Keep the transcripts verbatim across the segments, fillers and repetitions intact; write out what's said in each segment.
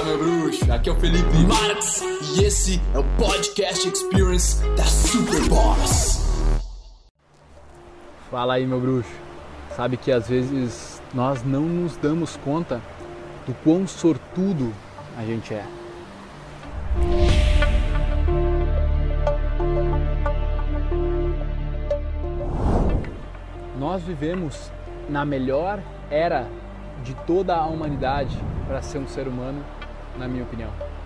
meu bruxo, aqui é o Felipe Marx e esse é o Podcast Experience da Superboss. Fala aí, meu bruxo. Sabe que às vezes nós não nos damos conta do quão sortudo a gente é. Nós vivemos na melhor era de toda a humanidade para ser um ser humano, na minha opinião.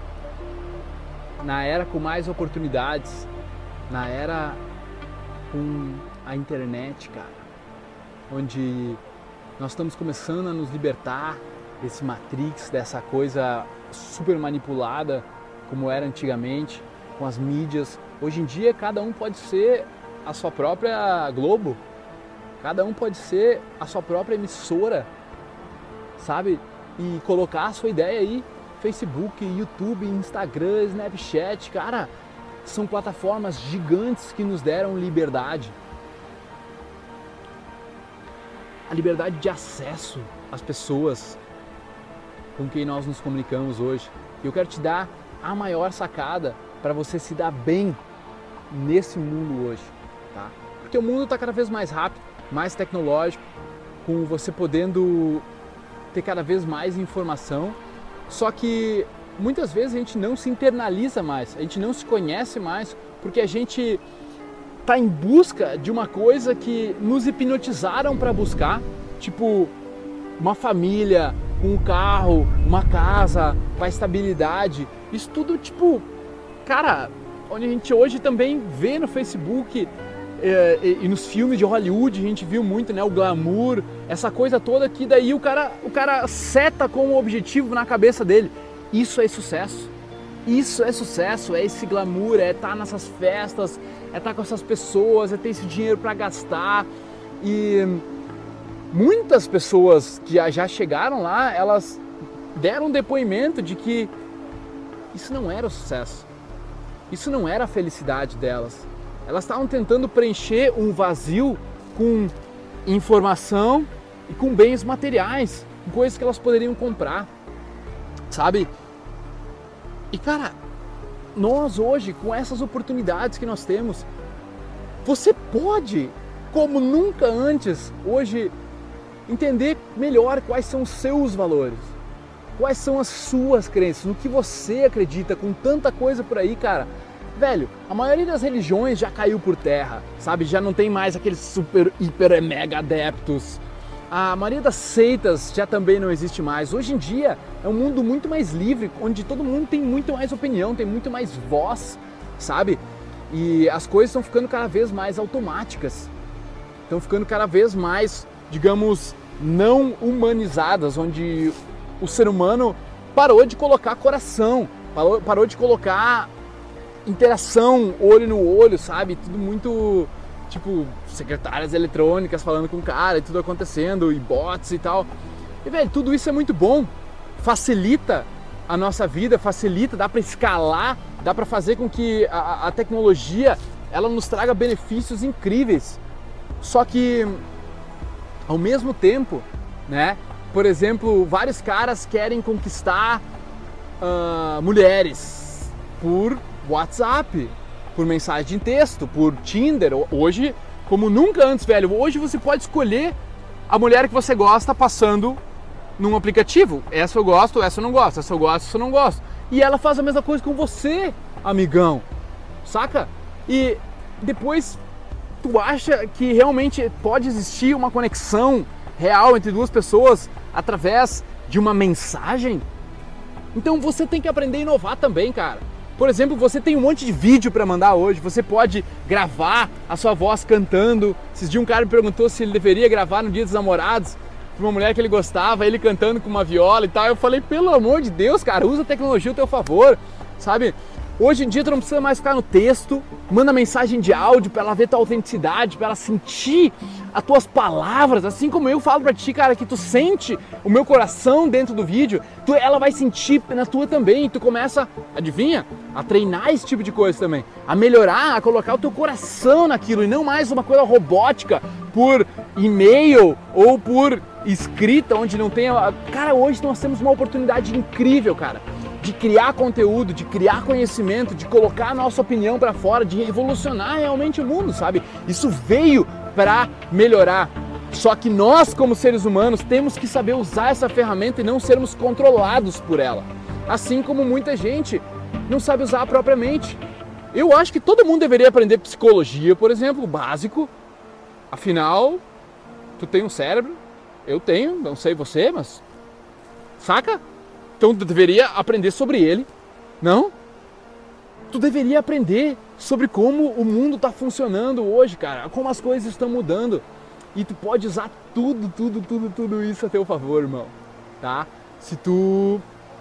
Na era com mais oportunidades, na era com a internet, cara, onde nós estamos começando a nos libertar desse Matrix, dessa coisa super manipulada como era antigamente, com as mídias. Hoje em dia cada um pode ser a sua própria Globo, cada um pode ser a sua própria emissora, sabe? E colocar a sua ideia aí, Facebook, YouTube, Instagram, Snapchat, cara, são plataformas gigantes que nos deram liberdade. A liberdade de acesso às pessoas com quem nós nos comunicamos hoje. E eu quero te dar a maior sacada para você se dar bem nesse mundo hoje, tá? Porque o mundo está cada vez mais rápido, mais tecnológico, com você podendo ter cada vez mais informação, só que muitas vezes a gente não se internaliza mais, a gente não se conhece mais, porque a gente está em busca de uma coisa que nos hipnotizaram para buscar, tipo uma família, um carro, uma casa, com a estabilidade, isso tudo tipo, cara, onde a gente hoje também vê no Facebook é, e, e nos filmes de Hollywood, a gente viu muito, né, o glamour, essa coisa toda que daí o cara, o cara seta como objetivo na cabeça dele. Isso é sucesso, isso é sucesso, é esse glamour, é estar nessas festas, é estar com essas pessoas, é ter esse dinheiro para gastar. E muitas pessoas que já chegaram lá, elas deram um depoimento de que isso não era o sucesso, isso não era a felicidade delas. Elas estavam tentando preencher um vazio com informação e com bens materiais, com coisas que elas poderiam comprar, sabe? E cara, nós hoje, com essas oportunidades que nós temos, você pode, como nunca antes, hoje, entender melhor quais são os seus valores, quais são as suas crenças, no que você acredita, com tanta coisa por aí, cara. Velho, a maioria das religiões já caiu por terra, sabe? Já não tem mais aqueles super, hiper, mega adeptos. A maioria das seitas já também não existe mais. Hoje em dia é um mundo muito mais livre, onde todo mundo tem muito mais opinião, tem muito mais voz, sabe? E as coisas estão ficando cada vez mais automáticas. Estão ficando cada vez mais, digamos, não humanizadas, onde o ser humano parou de colocar coração, parou, parou de colocar interação, olho no olho, sabe? Tudo muito, tipo, secretárias eletrônicas falando com o cara e tudo acontecendo, e bots e tal. E, velho, tudo isso é muito bom. Facilita a nossa vida, facilita, dá para escalar, dá para fazer com que a, a tecnologia, ela nos traga benefícios incríveis. Só que, ao mesmo tempo, né? Por exemplo, vários caras querem conquistar uh, mulheres por WhatsApp, por mensagem de texto, por Tinder. Hoje, como nunca antes, velho, hoje você pode escolher a mulher que você gosta passando num aplicativo. Essa eu gosto, essa eu não gosto, essa eu gosto, essa eu não gosto. E ela faz a mesma coisa com você, amigão, saca? E depois tu acha que realmente pode existir uma conexão real entre duas pessoas através de uma mensagem? Então você tem que aprender a inovar também, cara. Por exemplo, você tem um monte de vídeo para mandar hoje, você pode gravar a sua voz cantando. Esses dias um cara me perguntou se ele deveria gravar no Dia dos Namorados para uma mulher que ele gostava, ele cantando com uma viola e tal. Eu falei, pelo amor de Deus, cara, usa a tecnologia ao teu favor, sabe? Hoje em dia tu não precisa mais ficar no texto, manda mensagem de áudio para ela ver tua autenticidade, para ela sentir as tuas palavras, assim como eu falo pra ti, cara, que tu sente o meu coração dentro do vídeo, tu, ela vai sentir na tua também, tu começa, adivinha, a treinar esse tipo de coisa também, a melhorar, a colocar o teu coração naquilo e não mais uma coisa robótica por e-mail ou por escrita, onde não tem... Cara, hoje nós temos uma oportunidade incrível, cara, de criar conteúdo, de criar conhecimento, de colocar a nossa opinião para fora, de revolucionar realmente o mundo, sabe? Isso veio para melhorar. Só que nós, como seres humanos, temos que saber usar essa ferramenta e não sermos controlados por ela. Assim como muita gente não sabe usar propriamente. Eu acho que todo mundo deveria aprender psicologia, por exemplo, básico. Afinal, tu tem um cérebro, eu tenho, não sei você, mas... Saca? Então tu deveria aprender sobre ele, não? Tu deveria aprender sobre como o mundo está funcionando hoje, cara, como as coisas estão mudando. E tu pode usar tudo, tudo, tudo, tudo isso a teu favor, irmão, tá? Se tu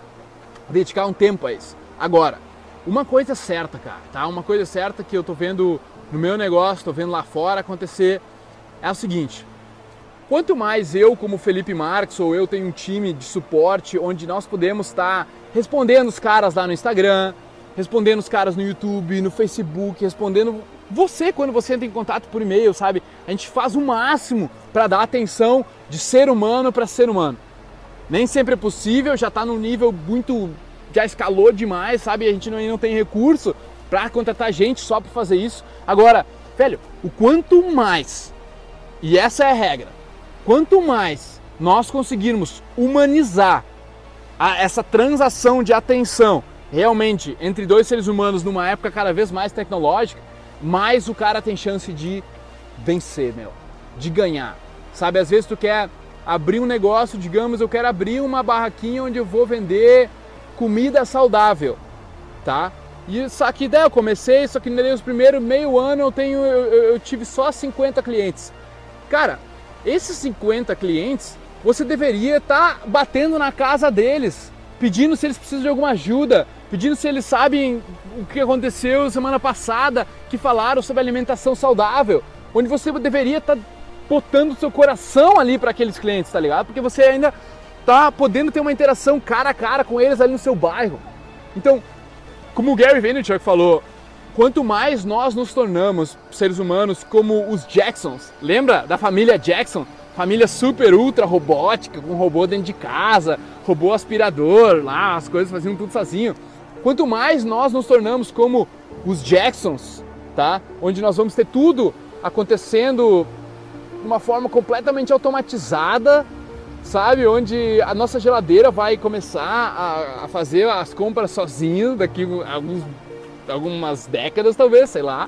dedicar um tempo a isso. Agora, uma coisa certa, cara, tá? Uma coisa certa que eu tô vendo no meu negócio, tô vendo lá fora acontecer, é o seguinte. Quanto mais eu, como Felipe Marques, ou eu tenho um time de suporte onde nós podemos estar respondendo os caras lá no Instagram, respondendo os caras no YouTube, no Facebook, respondendo você quando você entra em contato por e-mail, sabe? A gente faz o máximo para dar atenção de ser humano para ser humano. Nem sempre é possível, já está num nível muito... já escalou demais, sabe? A gente não, não tem recurso para contratar gente só para fazer isso. Agora, velho, o quanto mais, e essa é a regra, quanto mais nós conseguirmos humanizar a, essa transação de atenção realmente entre dois seres humanos numa época cada vez mais tecnológica, mais o cara tem chance de vencer, meu, de ganhar. Sabe, às vezes tu quer abrir um negócio, digamos, eu quero abrir uma barraquinha onde eu vou vender comida saudável, tá? E só que daí eu comecei, só que nos primeiros meio ano eu tenho, eu, eu tive só cinquenta clientes. Cara, esses cinquenta clientes, você deveria estar tá batendo na casa deles, pedindo se eles precisam de alguma ajuda, pedindo se eles sabem o que aconteceu semana passada, que falaram sobre alimentação saudável, onde você deveria estar tá botando o seu coração ali para aqueles clientes, tá ligado? Porque você ainda tá podendo ter uma interação cara a cara com eles ali no seu bairro. Então, como o Gary Vaynerchuk falou, quanto mais nós nos tornamos seres humanos como os Jacksons, lembra da família Jackson? Família super ultra robótica, com robô dentro de casa, robô aspirador, lá as coisas faziam tudo sozinho. Quanto mais nós nos tornamos como os Jacksons, tá? Onde nós vamos ter tudo acontecendo de uma forma completamente automatizada, sabe? Onde a nossa geladeira vai começar a, a fazer as compras sozinho daqui a alguns, algumas décadas talvez, sei lá.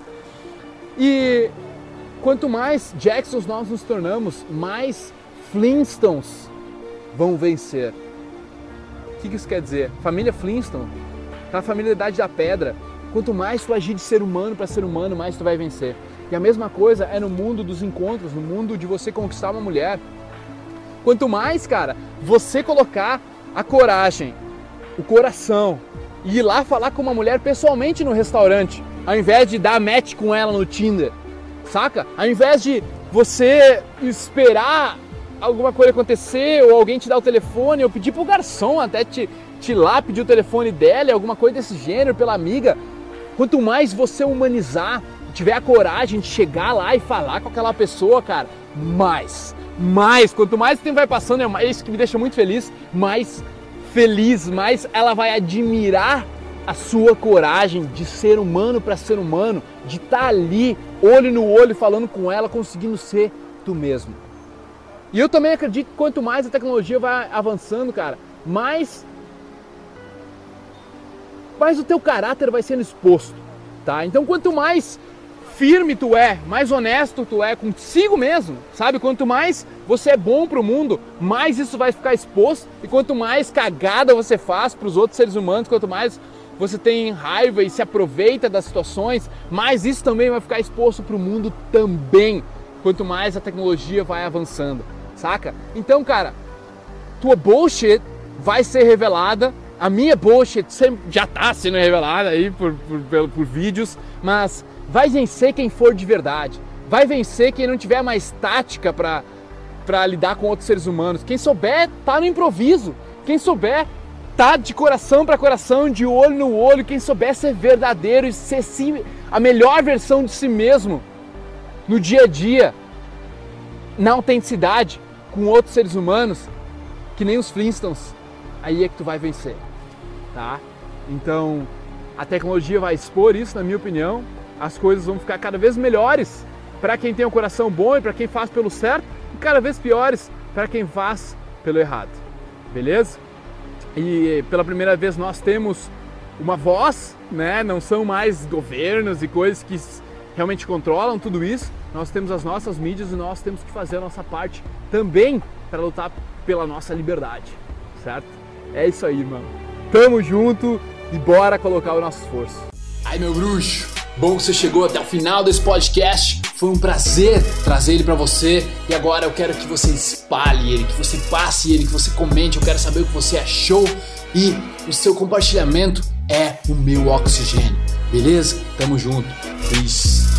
E quanto mais Jacksons nós nos tornamos, mais Flintstones vão vencer. O que isso quer dizer? Família Flintstone, aquela família da Idade da Pedra, quanto mais tu agir de ser humano para ser humano, mais tu vai vencer. E a mesma coisa é no mundo dos encontros, no mundo de você conquistar uma mulher. Quanto mais, cara, você colocar a coragem, o coração e ir lá falar com uma mulher pessoalmente no restaurante, ao invés de dar match com ela no Tinder, saca? Ao invés de você esperar alguma coisa acontecer ou alguém te dar o telefone ou pedir pro garçom até te, te ir lá pedir o telefone dela, alguma coisa desse gênero, pela amiga, quanto mais você humanizar, tiver a coragem de chegar lá e falar com aquela pessoa, cara, mais, mais, quanto mais o tempo vai passando, é isso que me deixa muito feliz, mais feliz, mais ela vai admirar a sua coragem de ser humano para ser humano, de estar ali, olho no olho, falando com ela, conseguindo ser tu mesmo. E eu também acredito que quanto mais a tecnologia vai avançando, cara, mais, mais o teu caráter vai sendo exposto, tá? Então quanto mais firme tu é, mais honesto tu é consigo mesmo, sabe? Quanto mais você é bom pro mundo, mais isso vai ficar exposto, e quanto mais cagada você faz pros outros seres humanos, quanto mais você tem raiva e se aproveita das situações, mais isso também vai ficar exposto pro mundo também, quanto mais a tecnologia vai avançando, saca? Então, cara, tua bullshit vai ser revelada, a minha bullshit já tá sendo revelada aí por, por, por, por vídeos, mas vai vencer quem for de verdade, vai vencer quem não tiver mais tática para para lidar com outros seres humanos, quem souber tá no improviso, quem souber tá de coração para coração, de olho no olho, quem souber ser verdadeiro e ser si, a melhor versão de si mesmo no dia a dia, na autenticidade com outros seres humanos, que nem os Flintstones, aí é que tu vai vencer. tá? Então, a tecnologia vai expor isso, na minha opinião. As coisas vão ficar cada vez melhores para quem tem um coração bom e para quem faz pelo certo, e cada vez piores para quem faz pelo errado, beleza? E pela primeira vez nós temos uma voz, né? Não são mais governos e coisas que realmente controlam tudo isso. Nós temos as nossas mídias e nós temos que fazer a nossa parte também para lutar pela nossa liberdade, certo? É isso aí, mano. Tamo junto e bora colocar o nosso esforço. Ai, meu bruxo, bom que você chegou até o final desse podcast. Foi um prazer trazer ele pra você. E agora eu quero que você espalhe ele, que você passe ele, que você comente. Eu quero saber o que você achou. E o seu compartilhamento é o meu oxigênio. Beleza? Tamo junto. Peace.